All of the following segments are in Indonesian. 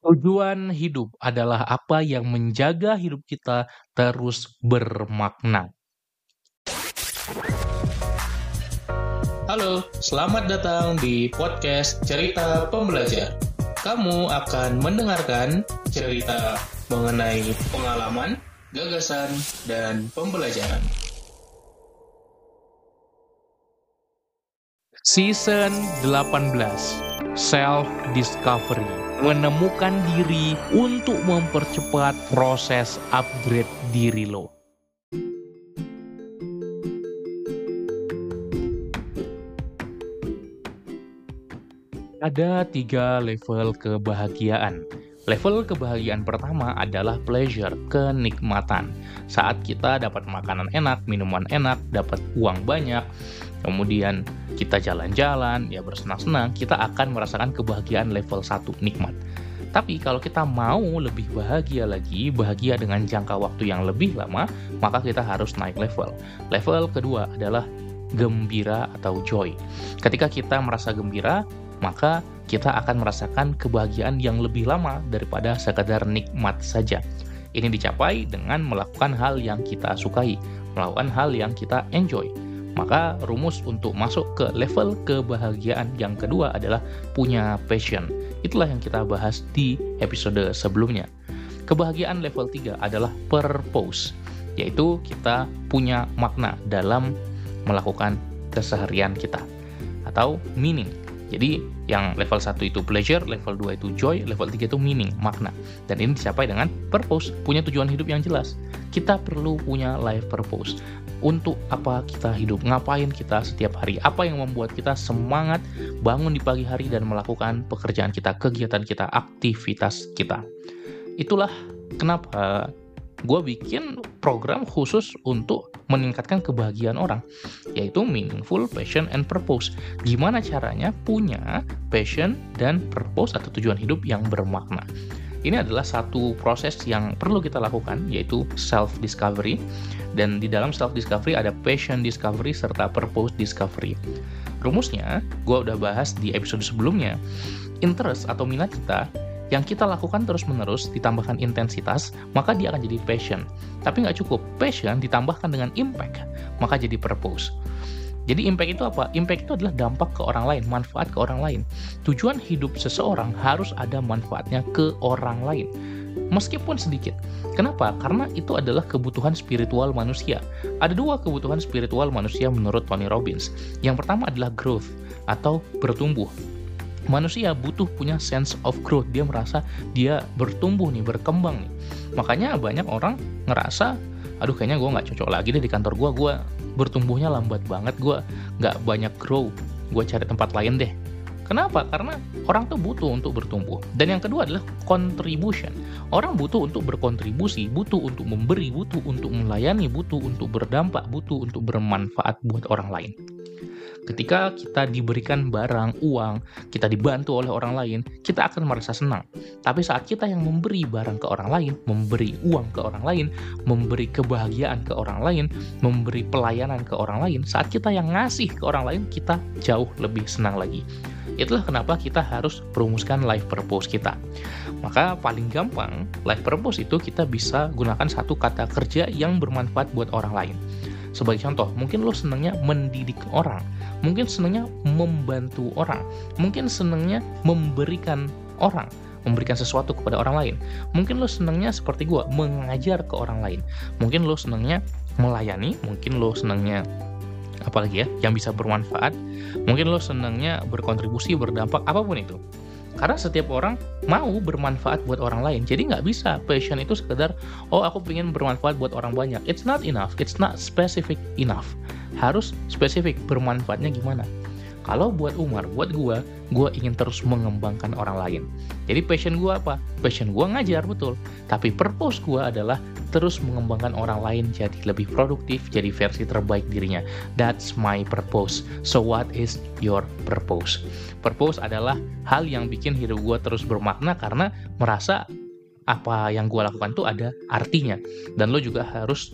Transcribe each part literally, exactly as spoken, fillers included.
Tujuan hidup adalah apa yang menjaga hidup kita terus bermakna. Halo, selamat datang di podcast Cerita Pembelajar. Kamu akan mendengarkan cerita mengenai pengalaman, gagasan, dan pembelajaran. Season delapan belas, Self Discovery, menemukan diri untuk mempercepat proses upgrade diri lo. Ada tiga level kebahagiaan. Level kebahagiaan pertama adalah pleasure, kenikmatan. Saat kita dapat makanan enak, minuman enak, dapat uang banyak, kemudian kita jalan-jalan, ya bersenang-senang, kita akan merasakan kebahagiaan level satu, nikmat. Tapi kalau kita mau lebih bahagia lagi, bahagia dengan jangka waktu yang lebih lama, maka kita harus naik level. Level kedua adalah gembira atau joy. Ketika kita merasa gembira, maka kita akan merasakan kebahagiaan yang lebih lama daripada sekadar nikmat saja. Ini dicapai dengan melakukan hal yang kita sukai, melakukan hal yang kita enjoy. Maka rumus untuk masuk ke level kebahagiaan yang kedua adalah punya passion. Itulah yang kita bahas di episode sebelumnya. Kebahagiaan level tiga adalah purpose, yaitu kita punya makna dalam melakukan keseharian kita, atau meaning. Jadi yang level satu itu pleasure, level dua itu joy, level tiga itu meaning, makna. Dan ini dicapai dengan purpose, punya tujuan hidup yang jelas. Kita perlu punya life purpose. Untuk apa kita hidup, ngapain kita setiap hari, apa yang membuat kita semangat bangun di pagi hari dan melakukan pekerjaan kita, kegiatan kita, aktivitas kita. Itulah kenapa gue bikin program khusus untuk meningkatkan kebahagiaan orang, yaitu meaningful, passion, and purpose. Gimana caranya punya passion dan purpose atau tujuan hidup yang bermakna. Ini adalah satu proses yang perlu kita lakukan, yaitu self-discovery. Dan di dalam self-discovery ada passion discovery serta purpose discovery. Rumusnya, gue udah bahas di episode sebelumnya. Interest atau minat kita yang kita lakukan terus-menerus ditambahkan intensitas, maka dia akan jadi passion. Tapi nggak cukup, passion ditambahkan dengan impact, maka jadi purpose. Jadi impact itu apa? Impact itu adalah dampak ke orang lain, manfaat ke orang lain. Tujuan hidup seseorang harus ada manfaatnya ke orang lain, meskipun sedikit. Kenapa? Karena itu adalah kebutuhan spiritual manusia. Ada dua kebutuhan spiritual manusia menurut Tony Robbins. Yang pertama adalah growth atau bertumbuh. Manusia butuh punya sense of growth. Dia merasa dia bertumbuh nih, berkembang nih. Makanya banyak orang ngerasa, aduh kayaknya gue gak cocok lagi deh di kantor gue. Gue bertumbuhnya lambat banget, gue gak banyak grow. Gue cari tempat lain deh. Kenapa? Karena orang tuh butuh untuk bertumbuh. Dan yang kedua adalah contribution. Orang butuh untuk berkontribusi, butuh untuk memberi, butuh untuk melayani, butuh untuk berdampak, butuh untuk bermanfaat buat orang lain. Ketika kita diberikan barang, uang, kita dibantu oleh orang lain, kita akan merasa senang. Tapi saat kita yang memberi barang ke orang lain, memberi uang ke orang lain, memberi kebahagiaan ke orang lain, memberi pelayanan ke orang lain, saat kita yang ngasih ke orang lain, kita jauh lebih senang lagi. Itulah kenapa kita harus merumuskan life purpose kita. Maka paling gampang, life purpose itu kita bisa gunakan satu kata kerja yang bermanfaat buat orang lain. Sebagai contoh, mungkin lo senangnya mendidik orang, mungkin senangnya membantu orang, mungkin senangnya memberikan orang, memberikan sesuatu kepada orang lain. Mungkin lo senangnya seperti gue, mengajar ke orang lain. Mungkin lo senangnya melayani, mungkin lo senangnya apalagi ya, yang bisa bermanfaat. Mungkin lo senangnya berkontribusi, berdampak, apapun itu. Karena setiap orang mau bermanfaat buat orang lain. Jadi nggak bisa passion itu sekedar, oh aku pengen bermanfaat buat orang banyak. It's not enough, it's not specific enough. Harus spesifik, bermanfaatnya gimana. Kalau buat Umar, buat gue, gue ingin terus mengembangkan orang lain. Jadi passion gue apa? Passion gue ngajar, betul. Tapi purpose gue adalah terus mengembangkan orang lain jadi lebih produktif, jadi versi terbaik dirinya. That's my purpose. So what is your purpose? Purpose adalah hal yang bikin hidup gue terus bermakna karena merasa apa yang gue lakukan tuh ada artinya. Dan lo juga harus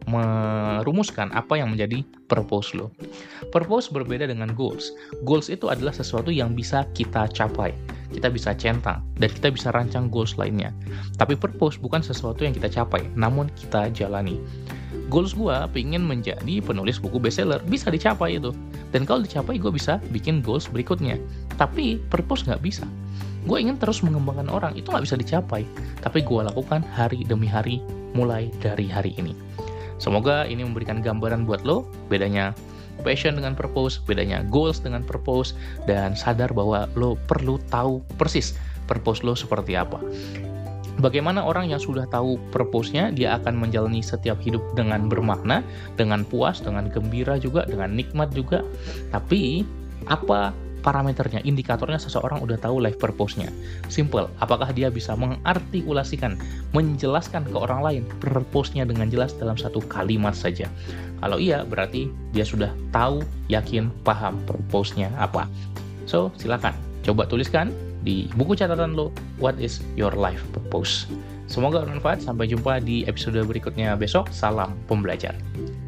merumuskan apa yang menjadi purpose lo. Purpose berbeda dengan goals. Goals itu adalah sesuatu yang bisa kita capai. Kita bisa centang dan kita bisa rancang goals lainnya. Tapi purpose bukan sesuatu yang kita capai, namun kita jalani. Goals gue pengen menjadi penulis buku bestseller, bisa dicapai itu. Dan kalau dicapai gue bisa bikin goals berikutnya. Tapi purpose nggak bisa. Gue ingin terus mengembangkan orang, itu nggak bisa dicapai. Tapi gue lakukan hari demi hari, mulai dari hari ini. Semoga ini memberikan gambaran buat lo, bedanya passion dengan purpose, bedanya goals dengan purpose, dan sadar bahwa lo perlu tahu persis purpose lo seperti apa. Bagaimana orang yang sudah tahu purpose-nya, dia akan menjalani setiap hidup dengan bermakna, dengan puas, dengan gembira juga, dengan nikmat juga. Tapi, apa parameternya, indikatornya seseorang udah tahu life purpose-nya? Simple, apakah dia bisa mengartikulasikan, menjelaskan ke orang lain purpose-nya dengan jelas dalam satu kalimat saja? Kalau iya, berarti dia sudah tahu, yakin, paham purpose-nya apa. So, silakan coba tuliskan di buku catatan lo, what is your life purpose? Semoga bermanfaat, sampai jumpa di episode berikutnya besok. Salam pembelajar.